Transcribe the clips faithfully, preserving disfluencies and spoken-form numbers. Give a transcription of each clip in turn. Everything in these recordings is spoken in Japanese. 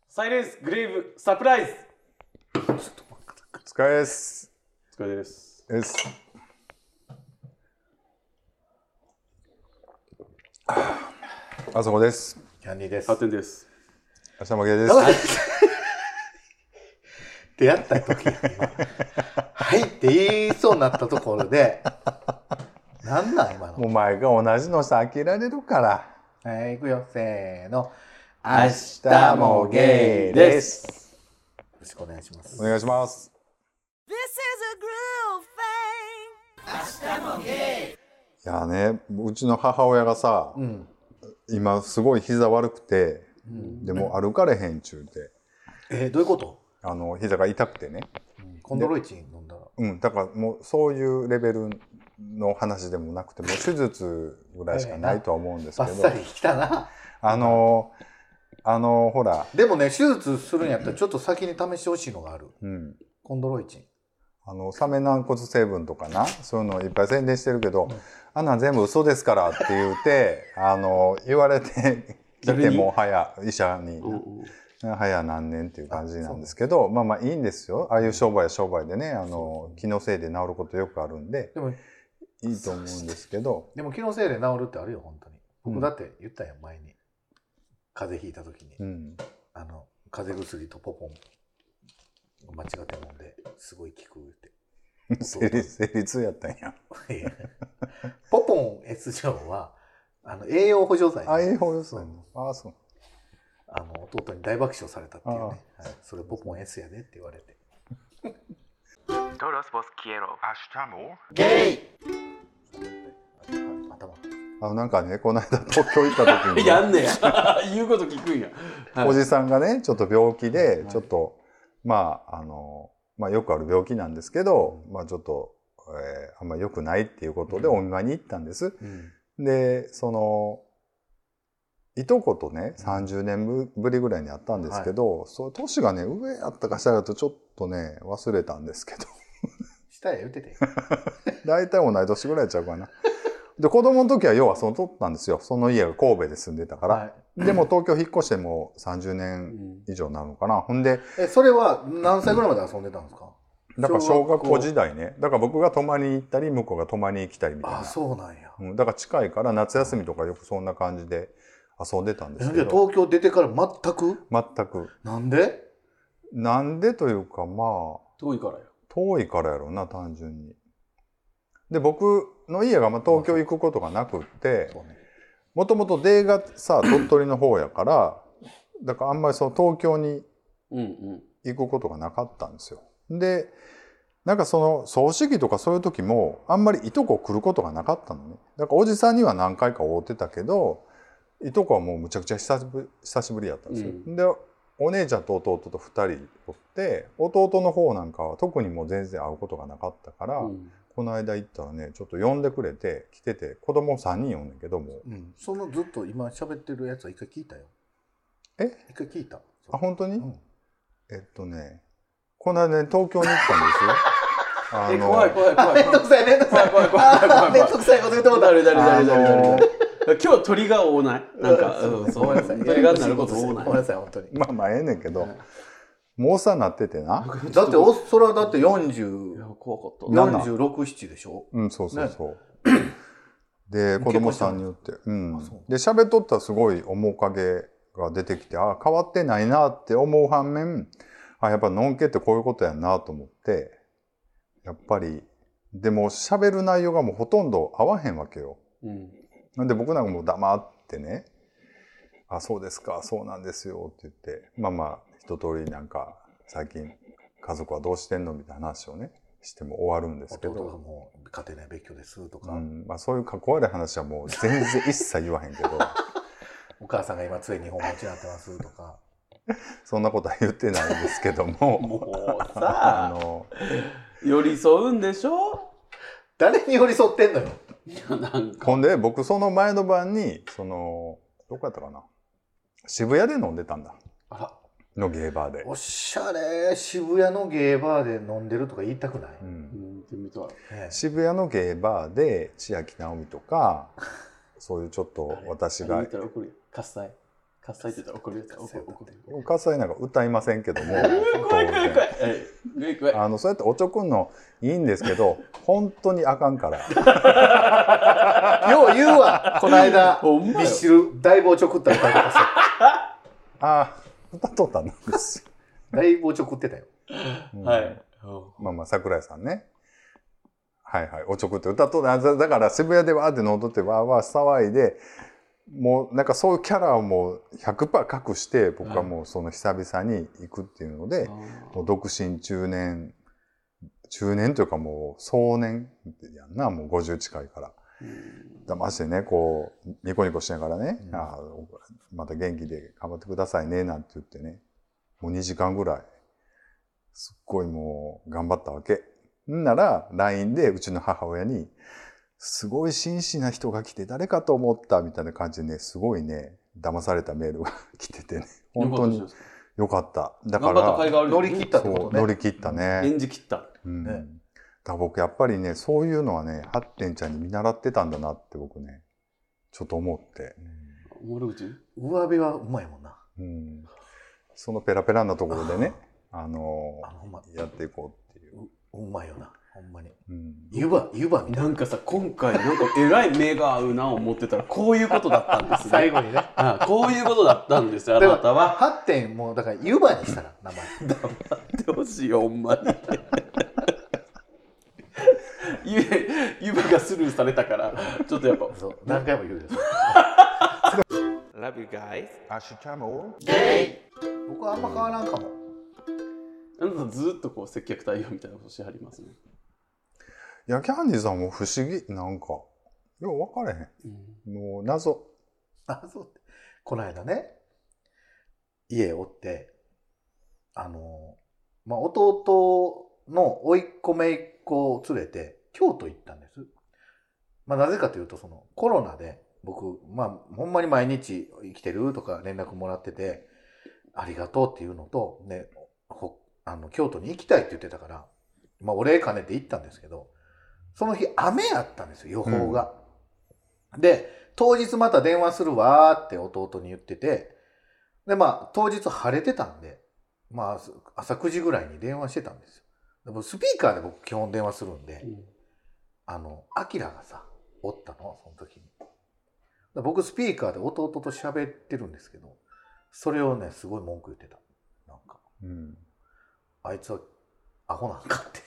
サイレンスグレーブサプライズ。 お疲れです。 お疲れです。 です。あそこです。 キャンディーです。 ハテンです。 明日もげです。 出会った時今はいって言いそうになったところでなんなん今の。 もう前が同じのさ飽きられるから。 はい、いくよせーの。 明日もゲイです。 よろしくお願いします。 お願いします。 This is a groove thing. 明日もゲイ。 いやね、うちの母親がさ、うん、今すごい膝悪くて、うん、でも歩かれへんちゅうて。 えー、どういうこと？ あの膝が痛くてね。 うん、コンドロイチン飲んだら。 うん、だからもうそういうレベルの話でもなくて、もう手術ぐらいしかないとは思うんですけど。 バッサリきたな。 あの。あのほらでもね、手術するんやったらちょっと先に試してほしいのがある、うん、コンドロイチン。 あのサメ軟骨成分とかな、そういうのいっぱい宣伝してるけど、うん、あんなん全部嘘ですからって言ってあの言われてきても早医者に早何年っていう感じなんですけど、まあまあいいんですよ、ああいう商売は商売でね、あの気のせいで治ることよくあるんで、でもいいと思うんですけど、 でも気のせいで治るってあるよ本当に。僕だって言ったよ前に。風邪ひいた時に、うん、あの風邪薬とポポン間違って飲んですごい効くって成立成立やったんやポポン S 錠はあの栄養補助剤、ね、 あ栄養補助剤、あそう、 あの弟に大爆笑されたっていうね、はい、それポポン S やでって言われて Todos vos quiero. 明日もゲイ。頭あのなんかね、この間東京行った時に、ね、 やんねや言うこと聞くんや、 はい、おじさんがねちょっと病気でちょっと、はい、まああのまあよくある病気なんですけど、まあちょっと、えー、あんまり良くないっていうことでお見舞いに行ったんです、うん、でそのいとことねさんじゅうねんぶりぐらいに会ったんですけど、はい、そう年がね上やったか下やとちょっとね忘れたんですけど下や言ってて大体同い年ぐらいちゃうかな。で子供の時は要はその取ったんですよ。その家が神戸で住んでたから、はい、でも東京引っ越してもさんじゅうねん以上になるのかな、うん、ほんでえそれは何歳ぐらいまで遊んでたんですか？ だから小学校時代ね。だから僕が泊まりに行ったり向こうが泊まりに来たりみたいな。 あそうなんや、 うん、だから近いから夏休みとかよくそんな感じで遊んでたんですけど。 東京出てから全く？ 全く。 なんで？ なんでというかまあ遠いからや遠いからやろうな単純に。で僕の家がまあ東京行くことがなくってもともと出がさ鳥取の方やからだからあんまりその東京に行くことがなかったんですよ。でなんかその葬式とかそういう時もあんまりいとこ来ることがなかったのね。だからおじさんには何回か会うてたけどいとこはもうむちゃくちゃ久しぶり、久しぶりやったんですよ。うん、でお姉ちゃんと弟とふたりおって弟の方なんかは特にもう全然会うことがなかったから、うんこの間行ったらねちょっと呼んでくれて来てて子供さんにん呼んねんけども、 うん、そのずっと今喋ってるやつは一回聞いたよ。 え一回聞いた。 あ本当に、うん、えっとねこの間ね東京に行ったんですよあのえ怖い怖い怖いめんどくさいめんどくさい怖い怖い怖いめんどくさいこと言ってもらった。 誰誰誰誰誰今日鳥が多ないなんか、うん、そうごめんなさい鳥がなること多ないごめんなさい本当にまあまあええねんけど、うんもうおっさんになっててな。 だっておそれはだってよんじゅう、 いや怖かった。 よんじゅうろく、ななでしょ。 うんそうそうそう。ね、で子供さんによって、うん。で喋っとったらすごい面影が出てきて、あ変わってないなって思う反面、あやっぱのんけってこういうことやんなと思って、やっぱりでも喋る内容がもうほとんど合わへんわけよ。うん、なんで僕なんかもう黙ってね、あそうですかそうなんですよって言ってまあまあ。一通りなんか最近家族はどうしてんのみたいな話をねしても終わるんですけど、 弟がもう家庭内別居ですとか、 うんまあ、そういうかっこ悪い話はもう全然一切言わへんけどお母さんが今ついに本持ちになってますとかそんなことは言ってないんですけどももうさあの寄り添うんでしょ。 誰に寄り添ってんのよ。 いやなんかほんで僕その前の晩にそのどこやったかな渋谷で飲んでたんだ。 あらのゲーバーで。 おしゃれ。渋谷のゲーバーで飲んでるとか言いたくない、うん、 渋谷のゲーバーで千秋直美とかそういうちょっと私が喝采喝采って言ったら怒るやつ。怒る怒る。 喝采なんか歌いませんけども怖い怖い怖い怖い。怖い怖い。 あのそうやっておちょくんのいいんですけど本当にあかんから。 よう言うわ。この間ほんまよミッシュル大棒ちょくった歌い方した。 ああ歌っとったんですよ。 大棒ちょくってたよ。 うんはい。 まあまあ桜井さんね。はいはいおちょくって歌っとっただから渋谷でわーって飲んどってわーわー騒いで。もうなんかそういうキャラをもう ひゃくパーセント 隠して僕はもうその久々に行くっていうので、もう独身中年中年というかもう壮年やんなもうごじゅう近いから騙してねこうニコニコしながらね、うん、あまた元気で頑張ってくださいねなんて言ってねもうにじかんぐらいすっごいもう頑張ったわけ。んなら ライン でうちの母親にすごい真摯な人が来て誰かと思ったみたいな感じでねすごいね騙されたメールが来ててね本当によかった。だから乗り切ったってことね。 乗り切ったね。 演じ切った。 うんね、だから僕やっぱりねそういうのはねハッテンちゃんに見習ってたんだなって僕ねちょっと思って。 悪口？ 上辺はうまいもんな。 うん。そのペラペラなところでねあのー、やっていこうっていう。 う, うまいよな。ほんまに。 うん、 湯葉湯葉みたいな。 なんかさ今回なんかえらい目が合うな思ってたらこういうことだったんですね。 最後にね。 ああこういうことだったんですよあなたは。 はってんもうだから湯葉にしたら名前。 黙ってほしいよほんまに。湯葉がスルーされたからちょっとやっぱそう何回も言うよ。 Love you guys。 明日も僕はあんま変わらんかも。 あなたずっとこう接客対応みたいなことしはりますね。 いやキャンディーさんも不思議なんかよう分かれへん、うん、もう謎謎ってこの間ね家おってあのまあ弟の甥っ子姪っ子を連れて京都行ったんです。まあなぜかというとそのコロナで僕まあほんまに毎日生きてるとか連絡もらっててありがとうっていうのとねあの京都に行きたいって言ってたから、まあ、お礼兼ねて行ったんですけどその日雨やったんですよ予報が、うん、で当日また電話するわーって弟に言っててでまあ当日晴れてたんでまあ朝くじぐらいに電話してたんですよ。でもスピーカーで僕基本電話するんで、うん、あのアキラがさおったのその時に僕スピーカーで弟と喋ってるんですけどそれをねすごい文句言ってた。なんか、うんあいつはアホなんかって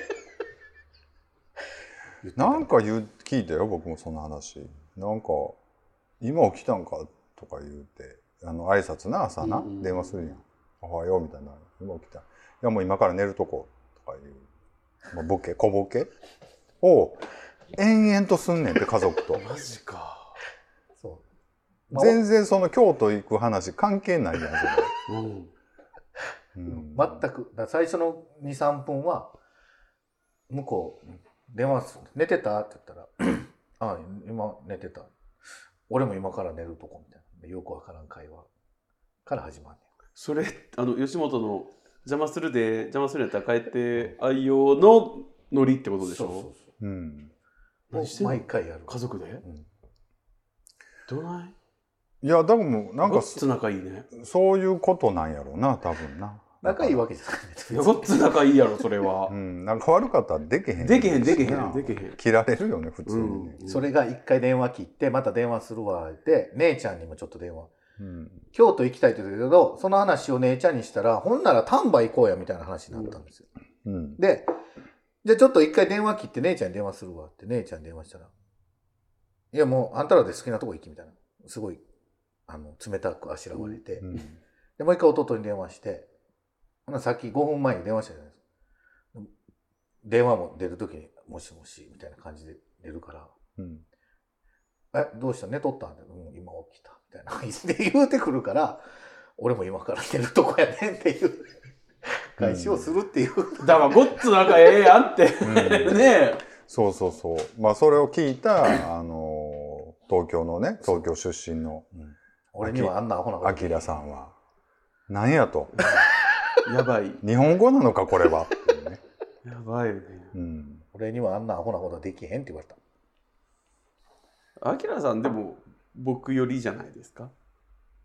言ってなんか言う聞いたよ僕もその話。なんか今起きたんかとか言うてあの挨拶な朝な、うんうん、電話するやんおはようみたいな今起きたいやもう今から寝るとことかいう、まあ、ボケ小ボケを延々とすんねんって家族とマジかそう、まあ、全然その京都行く話関係ないやんそれ、うんうん、全くだ最初の にさんぷんは向こう電話する寝てたって言ったらあ今寝てた俺も今から寝るとこみたいなよくわからん会話から始まるねん。 それあの吉本の邪魔するで邪魔するんやったら帰って愛用のノリってことでしょ。そうそうそう、うん、 何してんの毎回やる家族で、うん、どないいやでもなんかごっつ仲いいね。 そういうことなんやろうな多分な。 仲いいわけじゃない。 ごっつ仲いいやろそれは。 うん、なんか悪かったらでけへん。 でけへんでけへんでけへん。 切られるよね普通にね、 うん。それが一回電話切ってまた電話するわって姉ちゃんにもちょっと電話。うん、京都行きたいって言ったけどその話を姉ちゃんにしたらほんなら丹波行こうやみたいな話になったんですよ。うん、でじゃあちょっと一回電話切って姉ちゃんに電話するわって姉ちゃんに電話したらいやもうあんたらで好きなとこ行きみたいなすごいあの冷たくあしらわれて、うん、でもう一回弟に電話してさっきごふんまえに電話したじゃないですか。電話も出るときにもしもしみたいな感じで出るから、うん、えどうした寝とったんだ、うん、今起きたみたいな感じで言うてくるから俺も今から寝るとこやねんっていう返しをするっていう、 うん、だからごっつ仲ええやんって、うん、ねえそうそうそうまあそれを聞いたあの東京のね東京出身の、うん、 俺にはあんなアホなことアキラさんは何やとやばい日本語なのかこれはね、 やばいよね、 うん、俺にはあんなアホなことはできへんって言われた。 アキラさんでも僕よりじゃないですか。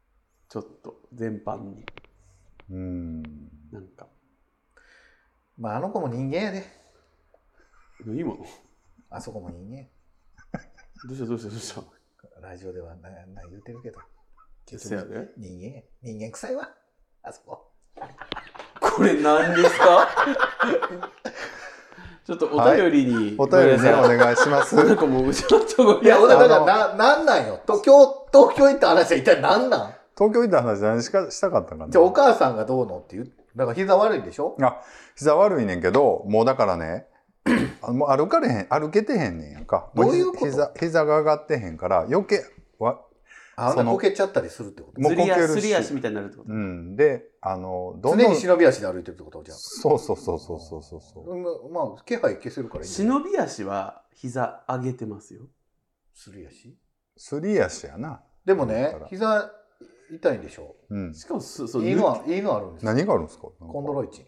ちょっと全般にうんなんかまああの子も人間やで。 いいものあそこも人間。 どうしたどうしたどうしたラジオではなな言うてるけど。 せやで人間や人間臭いわ。あそこ。 これ何ですかちょっとお便りに、 お便りねお願いします。 なんかもううちのとこいや、だからな、なんなんよ。東京、東京行った話は一体なんなん東京行った話何しかしたかったんかな。 じゃあお母さんがどうのって言う。だから膝悪いでしょ。 あ、膝悪いねんけど、もうだからね、あもう歩かれへん、歩けてへんねんやんか。 どういうこと？ 膝、膝が上がってへんから、余計、わ、 あんなこけちゃったりするってこと。 もうこけるしすり足みたいになるってこと。 うん。で、あの、どんどん常に忍び足で歩いてるってことじゃん。 そうそうそうそうそうそうそう。 うんまあ、気配消せるからいいんじゃない。 忍び足は膝上げてますよ。 すり足すり足やな。 でもねだか、ら膝痛いんでしょ。 うん。 しかもそそういいのは、いいのあるんですよ。 何があるんですか。 コンドロイチン。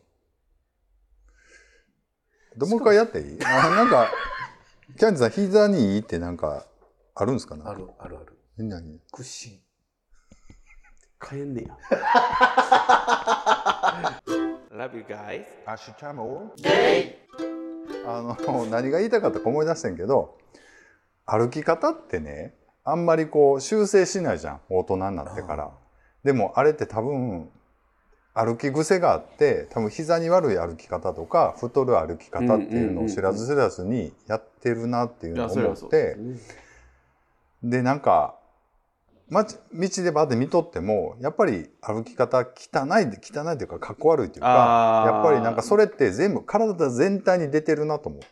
でもう一回やっていい？あ、なんかキャンディさん膝にいいってなんかあるんですかね。 ある、あるある。 何？ 屈伸。 変えんねや。Love you guys。 アシュチャモあの何が言いたかったか思い出してんけど、歩き方ってね、あんまりこう修正しないじゃん、大人になってから。でもあれって多分歩き癖があって、多分膝に悪い歩き方とか太る歩き方っていうのを知らず知らずにやってるなっていうのを思って、でなんか道でバーって見とってもやっぱり歩き方汚いで汚いというかかっこ悪いというか、やっぱりなんかそれって全部体全体に出てるなと思って、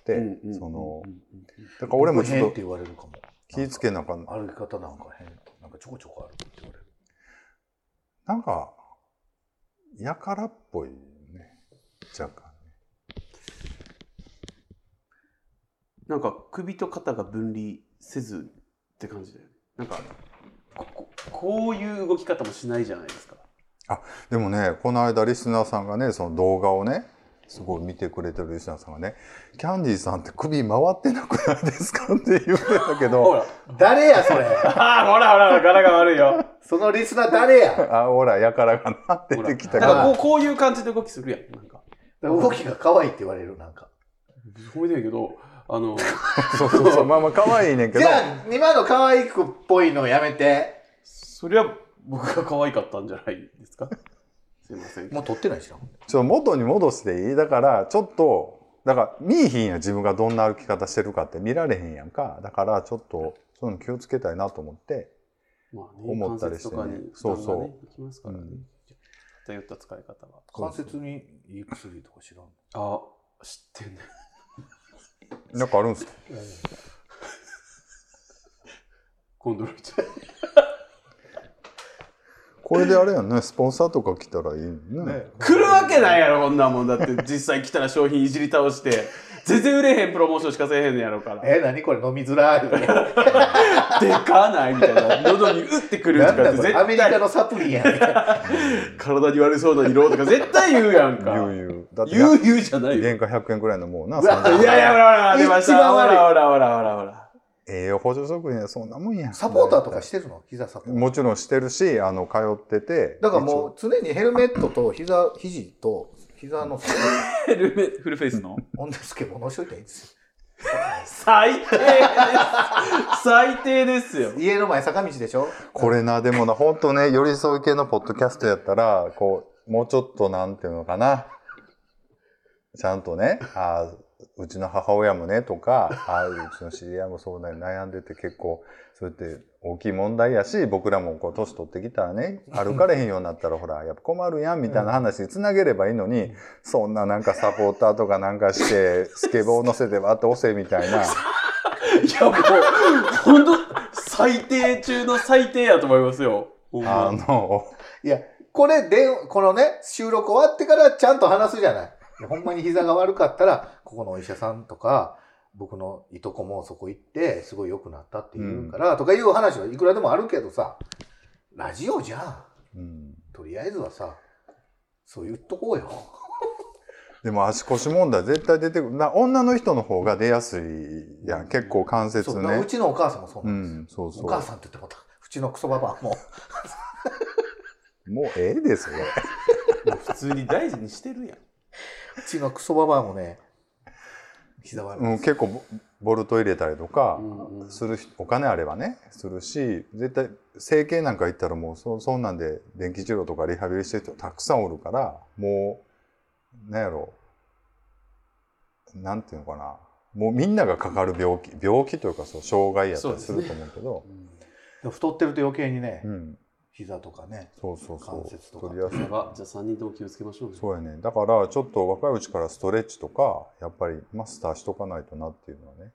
そのだから俺もちょっとって言われるかも。 気ぃつけなあかん。 歩き方なんか変、なんかちょこちょこあるって言われる。 なんかやからっぽいね、若干ね。 なんか首と肩が分離せずって感じだよね。なんかここういう動き方もしないじゃないですか。 あ、でもね、この間リスナーさんがね、その動画をね、すごい見てくれてるリスナーさんがね、キャンディーさんって首回ってなくないですかって言ってたけど、 ほら、 誰やそれ。 ああ、ほらほら、柄が悪いよ。 そのリスナー誰や。 あ、ほら、やからがなって出てきたから。 だからこうこういう感じで動きするやん。なんか動きが可愛いって言われるなんか。 褒めてるけど、あのそうそうそう、まあまあ可愛いねんけど。 じゃあ今の可愛くっぽいのやめて。 そりゃ僕が可愛かったんじゃないですか。すいません。 もう撮ってないしな。 ちょっと元に戻していい？だからちょっとだから見えひんやん、自分がどんな歩き方してるかって見られへんやんか。だからちょっとそういうの気をつけたいなと思って、 まあね、 思ったりしてね。そうそう。 いきますからね。偏った使い方は。 関節にいい薬とか知らん。 あ、知ってんね。 なんかあるんですか？ コンドロイチン。 これであれやんね、スポンサーとか来たらいいね。ね来るわけないやろ、こんなもん。だって実際来たら商品いじり倒して、全然売れへんプロモーションしかせえへんのやろから。 え、何これ飲みづらい。 でかないみたいな。喉に打ってくるとかって絶対。 アメリカのサプリやんみたいな。 体に悪そうな色とか絶対言うやんか。 言う言う。だって言う言うじゃないよ。 原価ひゃくえんくらいのもうな。 うわいやいや、ほらほら、出ました。 一番悪いほらほらほらほらほら。 栄養補助食品はそんなもんや。 サポーターとかしてるの？膝サポーター。 もちろんしてるし、あの通ってて。 だからもう常にヘルメットと膝、肘と膝のヘルメフルフェイスのオンデスケものしといたらいいんです最低です。最低ですよ。 よ。家の前坂道でしょ？ これな、でもな、ほんとね、寄り添い系のポッドキャストやったら、こう、もうちょっとなんていうのかな。ちゃんとね、あうちの母親もねとか、あうちの知り合いもそうね、悩んでて結構、そうやって大きい問題やし、僕らもこう年取ってきたらね、歩かれへんようになったらほら、やっぱ困るやんみたいな話につなげればいいのに、そんななんかサポーターとかなんかして、スケボー乗せてわって押せみたいな。 いやもう、ほんと、最低中の最低やと思いますよ。 あの、 いや、これで、このね、収録終わってからちゃんと話すじゃない。ほんまに膝が悪かったら、ここのお医者さんとか、僕のいとこもそこ行って、すごい良くなったって言うから、うん、とかいう話はいくらでもあるけどさ、ラジオじゃん。うん、とりあえずはさ、そう言っとこうよ。 でも足腰問題絶対出てくる。な、女の人の方が出やすいやん。結構関節ね。 う, うちのお母さんもそうなんですよ。 うん、そうそう。 お母さんって言ってもた。うちのクソババアも。 もうええですよもう普通に大事にしてるやん。 うちのクソババアもね膝悪い、 うん、結構ボボルト入れたりとかうんうん、 するお金あればねするし、絶対整形なんか行ったらもう そ, そんなんで電気治療とかリハビリしてる人たくさんおるから、もうなんやろなんていうのかな、もうみんながかかる病気病気というかそう障害やったりすると思うけど、 うん、でも太ってると余計にね、 うん、 膝とかねそうそうそう関節とか取りやすい。 やば、じゃあさんにんとも気をつけましょうね。 そうやね。だからちょっと若いうちからストレッチとかやっぱりマスターしとかないとなっていうのはね。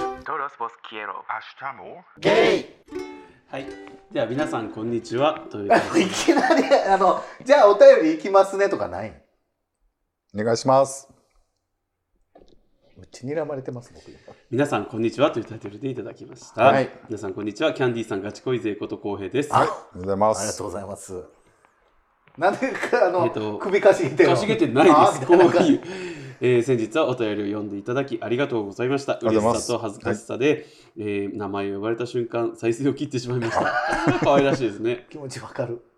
ゲイはい。では皆さんこんにちはといういきなりあのじゃあお便りいきますねとかないお願いします。 めっちゃ睨まれてます僕今。 皆さんこんにちはというタイトルでいただきました。 はい、 皆さんこんにちは。キャンディーさんガチ恋勢こと浩平です。 はい、ありがとうございます。 ありがとうございます。なんでかあの、 えっと首かしげてるの？ かしげてないです。 あこうみたいないう、えー、先日はお便りを読んでいただきありがとうございました。嬉しさと恥ずかしさで、はい、えー、名前を呼ばれた瞬間再生を切ってしまいました。可愛らしいですね。 気持ちわかる。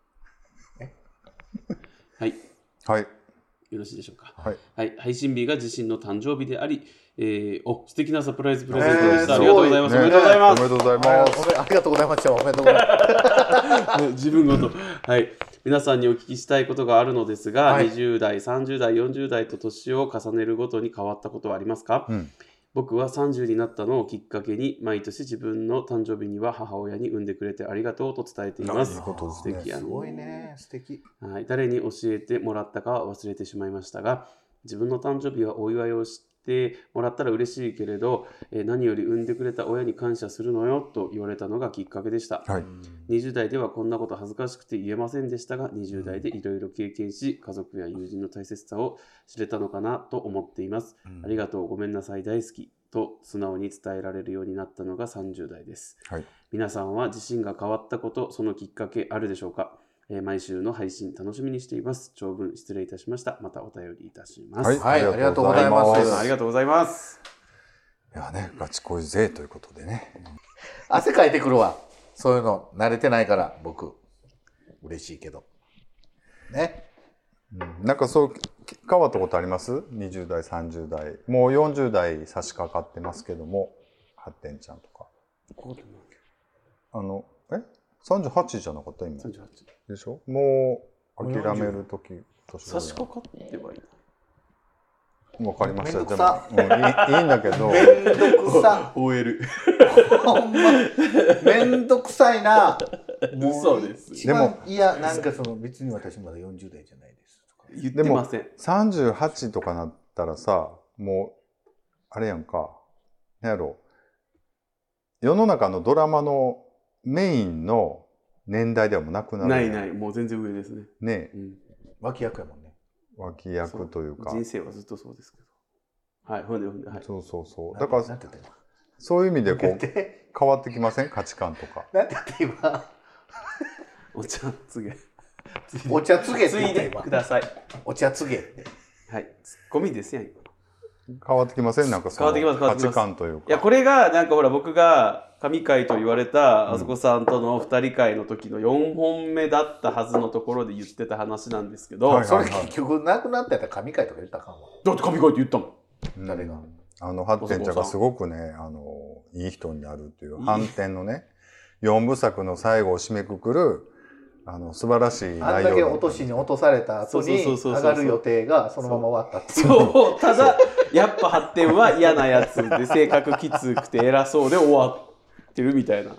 はい。 はい。 よろしいでしょうか。 はい。 はい、配信日が自身の誕生日であり、えー、お素敵なサプライズプレゼントでした。 えー、 ありがとうございます。 ね、 おめでとうございます。 おめでとうございます。 ありがとうございました。おめでとうございます。 自分ごと。はい。皆さんにお聞きしたいことがあるのですが、はい、にじゅう代、さんじゅう代、よんじゅう代と年を重ねるごとに変わったことはありますか？うん、僕はさんじゅうになったのをきっかけに、毎年自分の誕生日には母親に産んでくれてありがとうと伝えています。 いいことですね。 素敵やね。 すごいね。素敵。 はい。誰に教えてもらったかは忘れてしまいましたが、自分の誕生日はお祝いをしてもらったら嬉しいけれど、えー、何より産んでくれた親に感謝するのよと言われたのがきっかけでした。はい、にじゅう代ではこんなこと恥ずかしくて言えませんでしたが、にじゅう代でいろいろ経験し、家族や友人の大切さを知れたのかなと思っています。うん、ありがとう、ごめんなさい、大好きと素直に伝えられるようになったのがさんじゅう代です。はい、皆さんは自身が変わったこと、そのきっかけあるでしょうか？えー、毎週の配信楽しみにしています。長文失礼いたしました。またお便りいたします。 はい、はい、ありがとうございます。 ありがとうございます。 いやね、ガチ恋勢ということでね。 汗かいてくるわ。そういうの慣れてないから僕嬉しいけど。ね。 うん、なんかそう変わったことあります？にじゅう代、さんじゅう代、もうよんじゅう代差し掛かってますけども、発展ちゃんとか。あのえ？さんじゅうはちじゃなかった今。 さんじゅうはちでしょ。もう諦める時差し掛かってはいい。わかりました。じゃあもういい, いいんだけど。 めんどくさ。 オーエル。 ほんまめんどくさいな。 嘘です。 でもいやなんかその別に私まだよんじゅう代じゃないですとか言ってません。 でもさんじゅうはちとかなったらさ、もうあれやんか。なんやろ。世の中のドラマのメインの年代ではもうなくなる。 ないない、もう全然上ですね。 ねえ、 うん、脇役やもんね。 脇役というか。 人生はずっとそうですけど。はい、ほんでほんで、はい。 そうそうそう。だからそういう意味でこう変わってきません？価値観とか。 なんて言って今。 お茶つげ。 お茶つげってついでください。 お茶つげって。 はい、ツッコミですやん。 変わってきません？なんかその価値観というか。 いやこれがなんかほら僕が神回と言われたあそこさんとの二人会の時のよんほんめだったはずのところで言ってた話なんですけど、 はいはいはい、それ結局なくなってやったら神回とか言ったらあかんわ。 だって神回って言ったもん。 誰が？ あの発展ちゃんがすごくね、あのいい人になるっていう反転のねよんぶ作の最後を締めくくるあの素晴らしい内容だった。 あんだけ落としに落とされた後に上がる予定がそのまま終わったっていう。 そう、ただやっぱ発展は嫌なやつで性格きつくて偉そうで終わってるみたいな。 うん、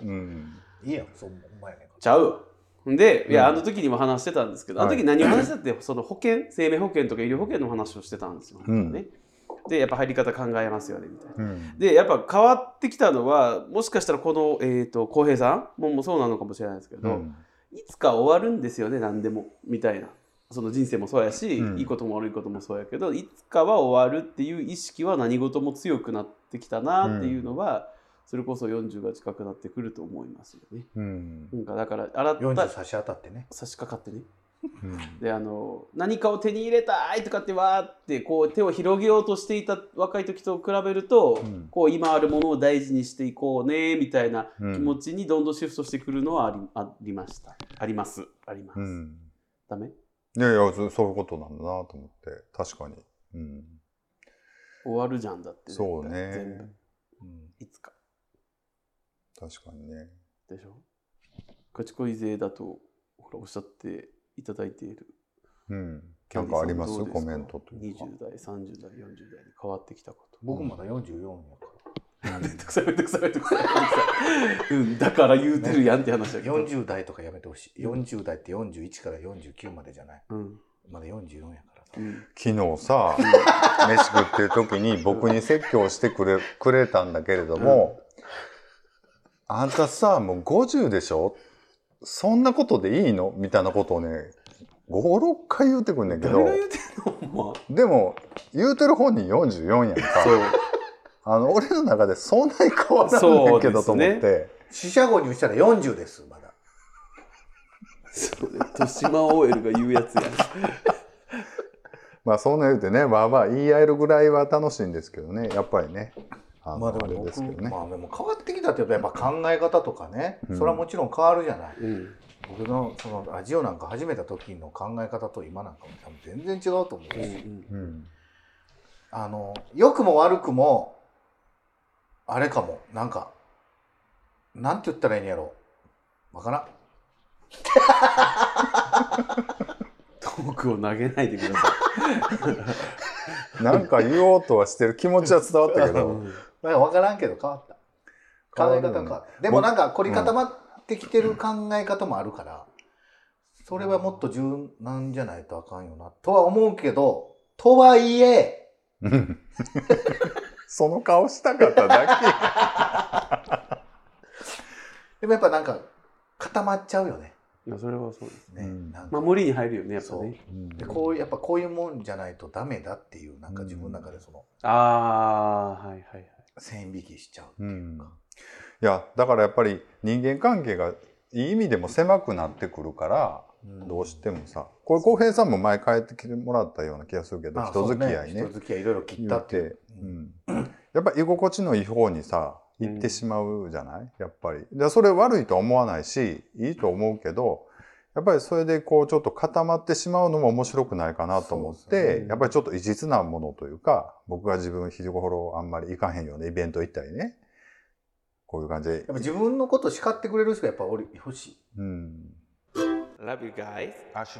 いいやん、そうお前ね。 ちゃうよ。で、いやあの時にも話してたんですけど、うん、あの時何を話してたってその保険、生命保険とか医療保険の話をしてたんですよ。うんね、でやっぱ入り方考えますよねみたいな。うん、でやっぱ変わってきたのはもしかしたらこのえっと浩平さんももそうなのかもしれないですけど。うん、いつか終わるんですよね何でもみたいな。その人生もそうやし、うん、いいことも悪いこともそうやけどいつかは終わるっていう意識は何事も強くなってきたなっていうのは、うん、それこそよんじゅうが近くなってくると思いますよね。うん、なんかだから洗ったよんじゅう差し当たってね差し掛かってねうん、 であの何かを手に入れたいとかってわーってこう手を広げようとしていた若い時と比べると、うん、こう今あるものを大事にしていこうねみたいな気持ちにどんどんシフトしてくるのはあり、ありましたありますあります、うん、ダメ？ いやいやそういうことなんだなと思って確かに、うん、 終わるじゃんだってそうね全部、うん、いつか確かにねでしょ。勝ち恋勢だとほらおっしゃっていただいている、 うん、なんかありますコメントというかにじゅう代さんじゅう代よんじゅう代に変わってきたこと。 僕まだよんじゅうよんやからめんどくさいめんどくさいめんどくさい、うん、だから言うてるやんって話だけどよんじゅう代とかやめてほしい。よんじゅう代ってよんじゅういちからよんじゅうきゅうまでじゃない、うん、まだよんじゅうよんやから、うん、 昨日さ飯食ってる時に僕に説教してくれ、くれたんだけれども、うん、あんたさもうごじゅうでしょそんなことでいいのみたいなことをねご、ろっかい言うてくんねんけど、 誰が言うてんの、まあ、 でも言うてる本人よんじゅうよんやんか。そうあの俺の中でそんなに変わらんねんけどと思って、 四捨五入したらよんじゅうですまだ。 そうね、豊島 オーエル が言うやつやまあそんな言うてねまあまあ言い合えるぐらいは楽しいんですけどねやっぱりね。あまあでも僕、ね、まあでも変わってきたってやっぱ考え方とかね、うん、それはもちろん変わるじゃない、うん、僕のそのラジオなんか始めた時の考え方と今なんかも多分全然違うと思うし、うんうん、あの良くも悪くもあれかもなんかなんて言ったらいいんやろわからんトークを投げないでくださいなんか言おうとはしてる気持ちは伝わったけどなんか分からんけど変わった考え方変わった、ね、でもなんか凝り固まってきてる考え方もあるから、うん、それはもっと柔軟じゃないとあかんよなとは思うけどとはいえその顔したかっただけでもやっぱなんか固まっちゃうよね。 いやそれはそうですね、うん、 なんまあ無理に入るよねやっぱね、 うん、でこうやっぱこういうもんじゃないとダメだっていうなんか自分の中でその、 うん、ああはいはいはい線引きしちゃうっていうか、うん、いやだからやっぱり人間関係がいい意味でも狭くなってくるから、うん、どうしてもさこれ浩平さんも前帰ってきてもらったような気がするけど、人付き合いね人付き合いいろいろ切ったって、 うんうん、やっぱり居心地のいい方にさ行ってしまうじゃない、うん、やっぱりでそれ悪いとは思わないしいいと思うけどやっぱりそれでこうちょっと固まってしまうのも面白くないかなと思って、ね、やっぱりちょっと異実なものというか僕が自分日頃あんまり行かへんようなイベント行ったりねこういう感じでやっぱ自分のこと叱ってくれる人がやっぱ欲しい、うん、 Love you guys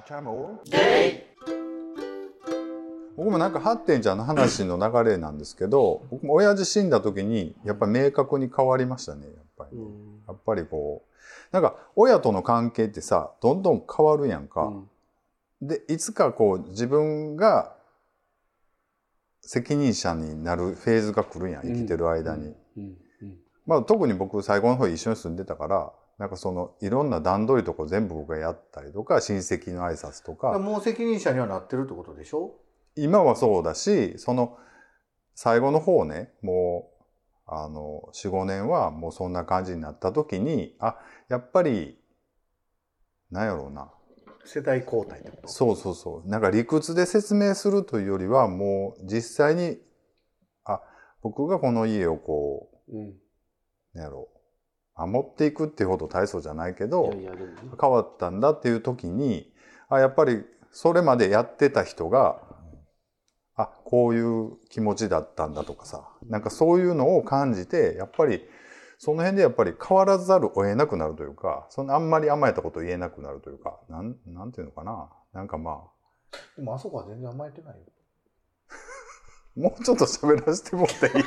僕もなんかハッテンちゃんの話の流れなんですけど僕も親父死んだ時にやっぱり明確に変わりましたねやっぱり、ね、やっぱりこうなんか親との関係ってさどんどん変わるやんか、うん、でいつかこう自分が責任者になるフェーズが来るやん生きてる間に、うんうんうん、まあ特に僕最後の方一緒に住んでたからなんかそのいろんな段取りとか全部僕がやったりとか親戚の挨拶とかもう責任者にはなってるってことでしょ今はそうだしその最後の方ねもうあの よん、ごねんはもうそんな感じになった時にあやっぱりなんやろうな世代交代ってことそうそうそうなんか理屈で説明するというよりはもう実際にあ僕がこの家をこう、うん、なんやろう守っていくっていうほど大層じゃないけどいやいやでも、ね、変わったんだっていう時にあやっぱりそれまでやってた人があこういう気持ちだったんだとかさなんかそういうのを感じてやっぱりその辺でやっぱり変わらざるを得なくなるというかそのあんまり甘えたこと言えなくなるというかなんなんていうのかななんかまあでもあそこは全然甘えてないよもうちょっと喋らせてもらっていい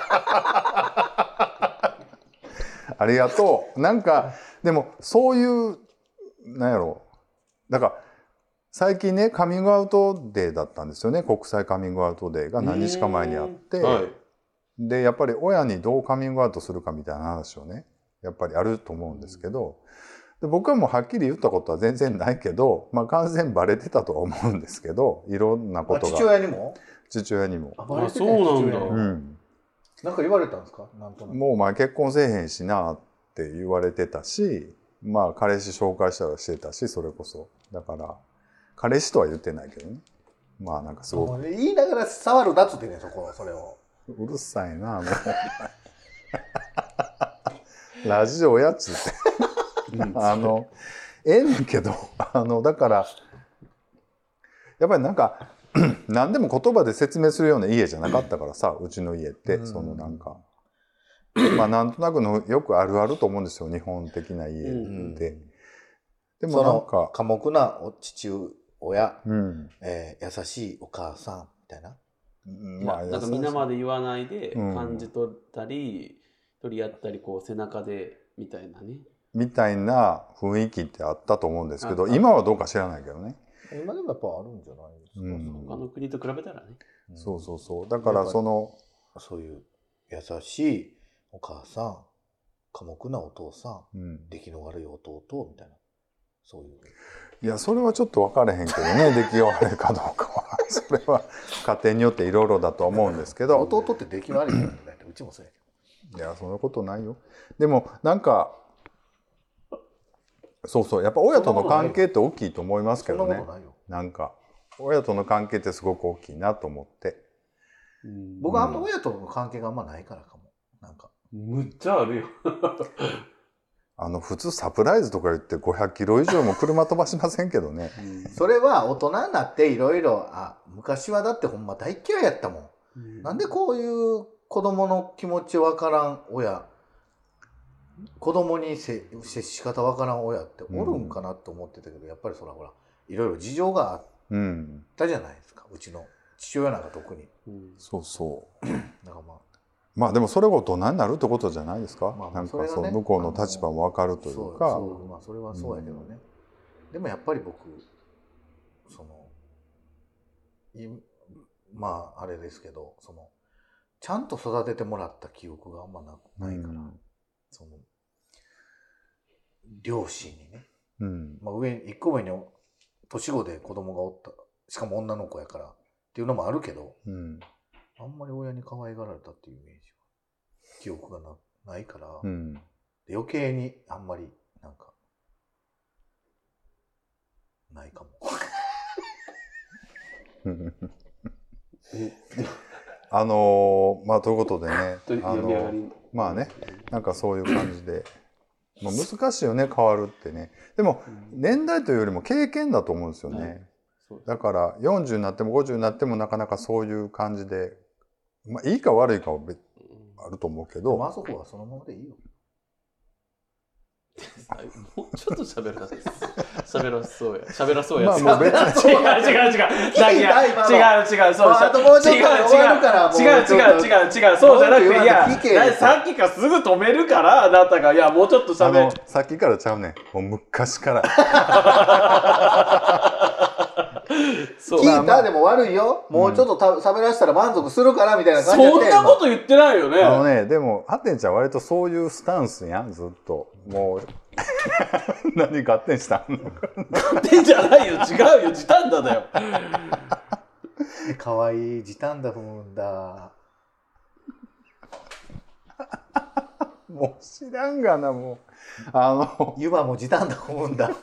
ありがとうなんかでもそういうなんやろだから最近ねカミングアウトデーだったんですよね国際カミングアウトデーが何日か前にあって、はい、でやっぱり親にどうカミングアウトするかみたいな話をねやっぱりあると思うんですけどで僕はもうはっきり言ったことは全然ないけど、まあ、完全バレてたとは思うんですけどいろんなことが父親にも父親にもあバレてたそうなんだ、 うん、 なんか言われたんですかなんとなくもうお前結婚せえへんしなって言われてたしまあ彼氏紹介したらしてたしそれこそだから彼氏とは言ってないけどね。まあなんかすごく言いながら触るなっつってね、そこそれを。 うるさいなもうラジオやつってあのええねんけど、あのだからやっぱりなんか何でも言葉で説明するような家じゃなかったからさ、うちの家って、うん、そのなんかまあなんとなくのよくあるあると思うんですよ、日本的な家って、うん、でもなんか寡黙なお父親、 うん、 えー、優しいお母さんみたいな、 うん、まあなんか皆まで言わないで感じ取ったり、うん、取り合ったりこう背中でみたいなねみたいな雰囲気ってあったと思うんですけど、今はどうか知らないけどね。 今でもやっぱあるんじゃないですか、うん、 他の国と比べたらね、 うん、そうそうそう、だからそのそういう優しいお母さん、寡黙なお父さん、うん、出来の悪い弟みたいな、そういう。 いやそれはちょっと分からへんけどね出来が悪いかどうかはそれは家庭によっていろいろだと思うんですけど弟って出来悪いからねうちもそうやけど。いやそんなことないよ。でもなんかそうそう、やっぱ親との関係って大きいと思いますけどね。なんか親との関係ってすごく大きいなと思って。 うん、僕はあんま親との関係があんまないからかも。なんかむっちゃあるよあの普通サプライズとか言ってごひゃくキロ以上も車飛ばしませんけどね。 うん、それは大人になっていろいろ、あ、昔はだってほんま大嫌いやったもん。うん、なんでこういう子供の気持ちわからん親、子供に接し方わからん親っておるんかなと思ってたけど、うん、やっぱりそらほらいろいろ事情があったじゃないですか、うん、うちの父親なんか特に、 うん、そうそうなんかまあまあでもそれが大人になるってことじゃないですか、まあ、なんかそう向こうの立場も分かるというか、 そうそう、まあ、それはそうやけどね、うん、でもやっぱり僕そのまああれですけど、そのちゃんと育ててもらった記憶があんま な, ないから、うん、その両親にね、うん、まあ上一個上に年子で子供がおった、しかも女の子やからっていうのもあるけど、うん、あんまり親に可愛がられたっていうイメージは記憶が な, ないから、うん、余計にあんまりなんかないかもあのー、まあということでね、あのー、まあね、なんかそういう感じで、まあ、難しいよね変わるってね。でも年代というよりも経験だと思うんですよね、うん、だからよんじゅうになってもごじゅうになってもなかなかそういう感じで、まあいいか悪いかは別あると思うけど、 まあそこはそのままでいいよもうちょっと喋らせ喋らそうや喋らそうや、 まあもう別に違う違う違う違う違う違うそうあともうちょっと終わるから違う違う違う違うそうじゃなくて、いやさっきからすぐ止めるからあなたが、いやもうちょっと喋る、 さっきからちゃうねん、もう昔からそう聞いた、まあ、でも悪いよ、もうちょっとた喋らせたら満足するからみたいな感じで、 そんなこと言ってないよね。 あのね、でもハテンちゃん割とそういうスタンスやん、ずっともう何合点したん合点じゃないよ、違うよ、時短だだよかわいい時短だ踏むんだもう知らんがな、もうあの湯葉も時短だ踏むんだ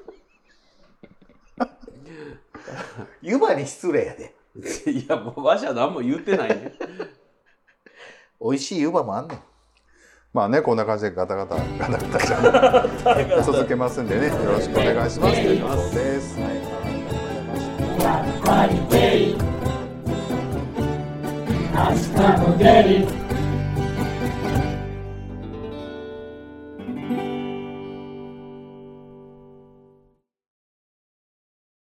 湯葉に失礼やでいやもうわしは何も言ってないね美味しい湯葉もあんねん。 まあね、こんな感じでガタガタガタガタちゃん続けますんでね、よろしくお願いしますということです。 やっぱりゲイ、明日もゲイ。